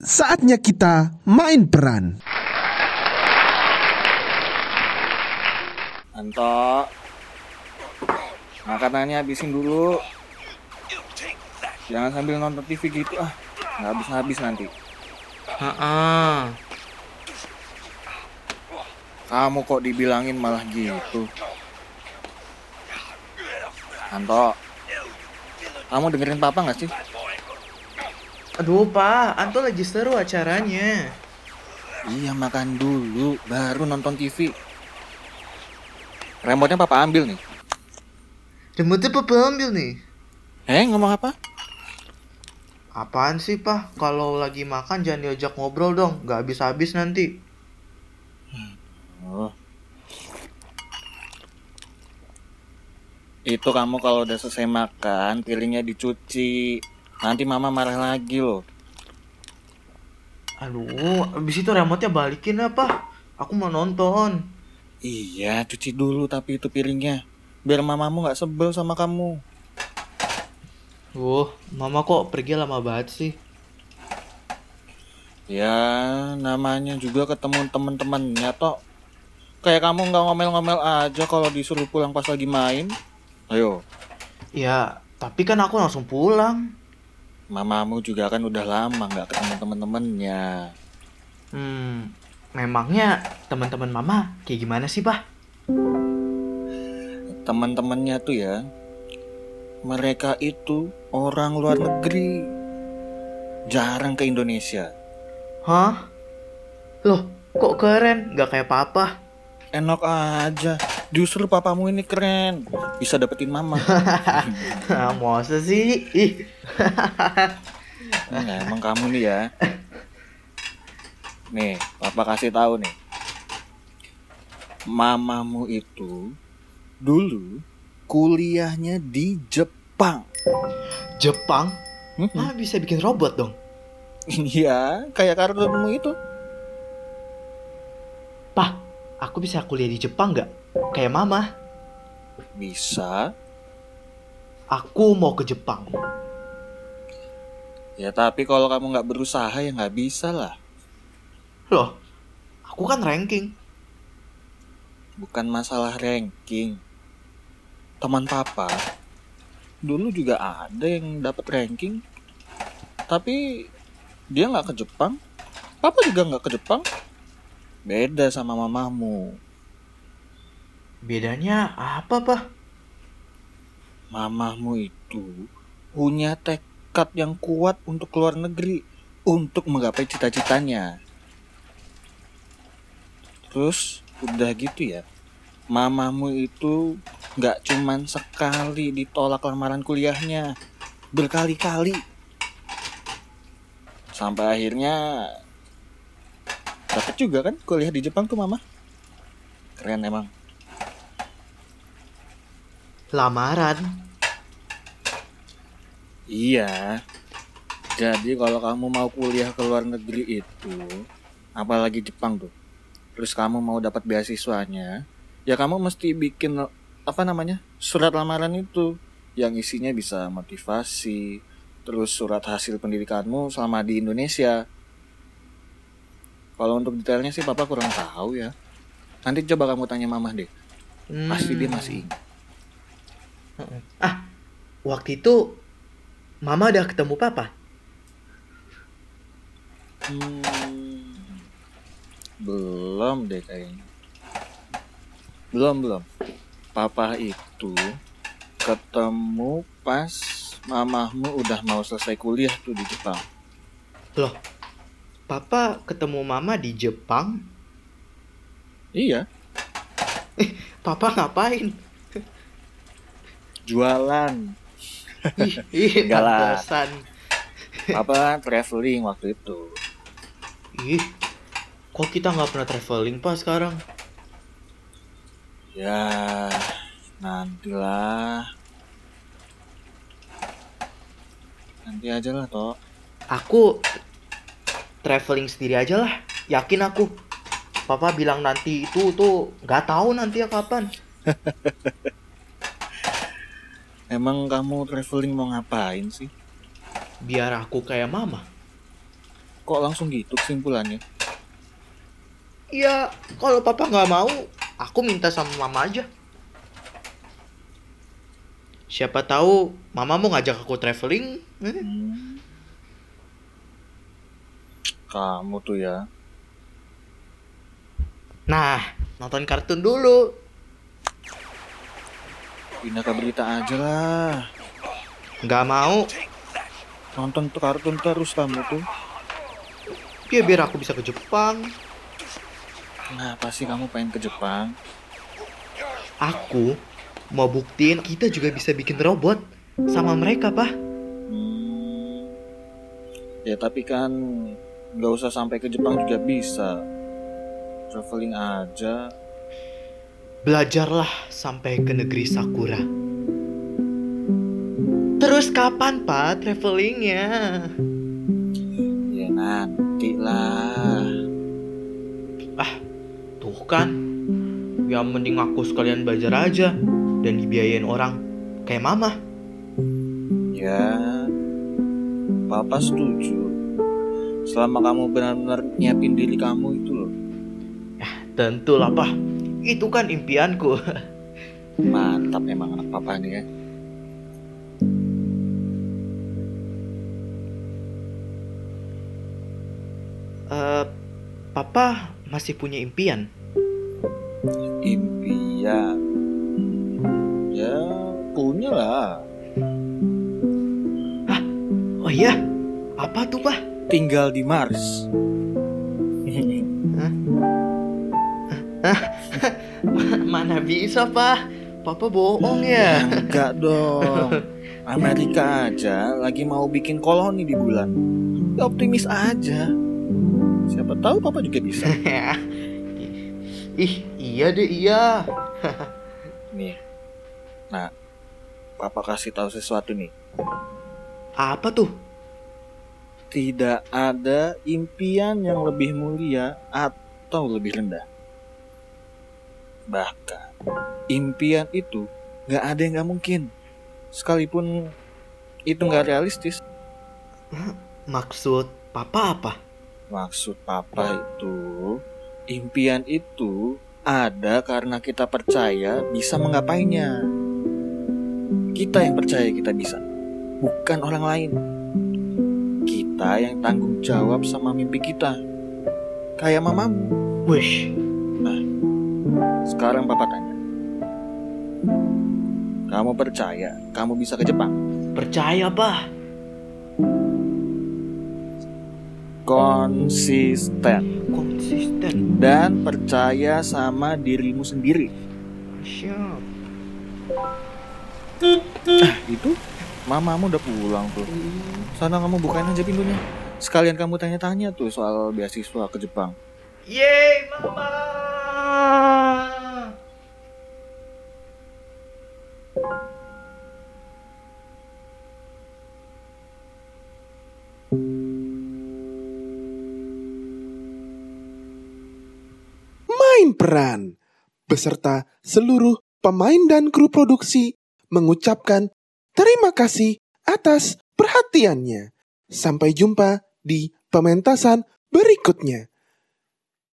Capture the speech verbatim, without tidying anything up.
Saatnya kita main peran. Anto, makanannya habisin dulu. Jangan sambil nonton T V gitu ah, nggak habis-habis nanti. Ha-ah. Kamu kok dibilangin malah gitu. Anto, kamu dengerin papa nggak sih? Aduh pak, Anto lagi seru acaranya. Iya, makan dulu, baru nonton T V. Remote-nya papa ambil nih. Remote papa ambil nih. Eh, ngomong apa? Apaan sih pak? Kalau lagi makan jangan diajak ngobrol dong, gak habis-habis nanti. Oh. Itu kamu kalau udah selesai makan, piringnya dicuci. Nanti mama marah lagi loh. Aduh, abis itu remote-nya balikin apa? Aku mau nonton. Iya, cuci dulu tapi itu piringnya. Biar mamamu gak sebel sama kamu. Uh, mama kok pergi lama banget sih? Ya, namanya juga ketemu temen-temennya toh. Kayak kamu gak ngomel-ngomel aja kalau disuruh pulang pas lagi main. Ayo. Ya, tapi kan aku langsung pulang. Mamamu juga kan udah lama gak ketemu temen-temennya. Hmm, memangnya teman-teman mama kayak gimana sih pak? Temen-temennya tuh ya, mereka itu orang luar negeri. Jarang ke Indonesia. Hah? Loh, kok keren? Gak kayak papa. Enak aja. Justru papamu ini keren. Bisa dapetin mama. Nah, masa sih? Ih. Nah, emang kamu nih ya. Nih, papa kasih tahu nih. Mamamu itu dulu kuliahnya di Jepang. Jepang? Hmm? Ah, bisa bikin robot dong. Iya, kayak kartunmu itu. Pak, aku bisa kuliah di Jepang gak? Kayak mama. Bisa. Aku mau ke Jepang. Ya tapi kalau kamu nggak berusaha ya nggak bisa lah. Loh, aku kan ranking. Bukan masalah ranking. Teman papa dulu juga ada yang dapat ranking, tapi dia nggak ke Jepang. Papa juga nggak ke Jepang. Beda sama mamamu. Bedanya apa, Pak? Mamamu itu punya tekad yang kuat untuk keluar negeri, untuk menggapai cita-citanya. Terus udah gitu ya, mamamu itu gak cuman sekali ditolak lamaran kuliahnya, berkali-kali. Sampai akhirnya dapet juga kan kuliah di Jepang tuh mama. Keren emang. Lamaran? Iya. Jadi kalau kamu mau kuliah ke luar negeri itu, apalagi Jepang tuh, terus kamu mau dapat beasiswanya, ya kamu mesti bikin apa namanya surat lamaran itu, yang isinya bisa motivasi, terus surat hasil pendidikanmu selama di Indonesia. Kalau untuk detailnya sih papa kurang tahu ya. Nanti coba kamu tanya mama deh, pasti dia masih ingat. Ah, waktu itu mama udah ketemu papa? Hmm, belum deh kayaknya. Belum belum. Papa itu ketemu pas mamahmu udah mau selesai kuliah tuh di Jepang. Loh, papa ketemu mama di Jepang? Iya. Eh, papa ngapain? Jualan. Ih, ih, Enggak lah. pantesan. Papa traveling waktu itu. Ih, kok kita nggak pernah traveling pak sekarang? Ya, nantilah. Nanti aja lah toh. Aku traveling sendiri aja lah, yakin aku. Papa bilang nanti itu tuh nggak tahu nanti ya kapan. Emang kamu traveling mau ngapain sih? Biar aku kayak mama. Kok langsung gitu kesimpulannya? Ya, kalau papa nggak mau, aku minta sama mama aja. Siapa tahu mama mau ngajak aku traveling. Eh? Hmm. Kamu tuh ya. Nah, nonton kartun dulu. Pindah ke berita aja lah. Nggak mau. Nonton tuh kartun terus kamu tuh. Ya biar aku bisa ke Jepang. Kenapa sih kamu pengen ke Jepang? Aku mau buktiin kita juga bisa bikin robot sama mereka, Pak. Hmm. Ya tapi kan nggak usah sampai ke Jepang juga bisa. Traveling aja. Belajarlah sampai ke negeri Sakura. Terus kapan, Pak, travelingnya? Ya nanti lah. Ah, tuh kan. Ya mending aku sekalian belajar aja dan dibiayain orang kayak mama. Ya, papa setuju. Selama kamu benar-benar nyiapin diri kamu itu loh. Tentulah, Pak. Itu kan impianku. Mantap emang anak papa nih ya. Eh, Papa masih punya impian? Impian. Ya, punya lah. Hah? Oh iya? Apa tuh, Pak? Tinggal di Mars. Mana bisa, Pak? Papa bohong ya? Enggak dong. Amerika aja lagi mau bikin koloni di bulan. Ya optimis aja. Siapa tahu papa juga bisa. Ih, iya deh, iya. Nih. Nah, papa kasih tahu sesuatu nih. Apa tuh? Tidak ada impian yang lebih mulia atau lebih rendah. Bahkan impian itu gak ada yang gak mungkin. Sekalipun itu gak realistis. Maksud Papa apa? Maksud papa itu, impian itu ada karena kita percaya bisa menggapainya. Kita yang percaya kita bisa, bukan orang lain. Kita yang tanggung jawab sama mimpi kita. Kayak mamamu. Wish. Nah, sekarang papa tanya. Kamu percaya kamu bisa ke Jepang? Percaya, Pak. Konsisten. Konsisten. Dan percaya sama dirimu sendiri. Siap. Ah, itu mamamu udah pulang tuh. Sana kamu bukain aja pintunya. Sekalian kamu tanya-tanya tuh soal beasiswa ke Jepang. Yeay, Mama. Main Peran beserta seluruh pemain dan kru produksi mengucapkan terima kasih atas perhatiannya. Sampai jumpa di pementasan berikutnya.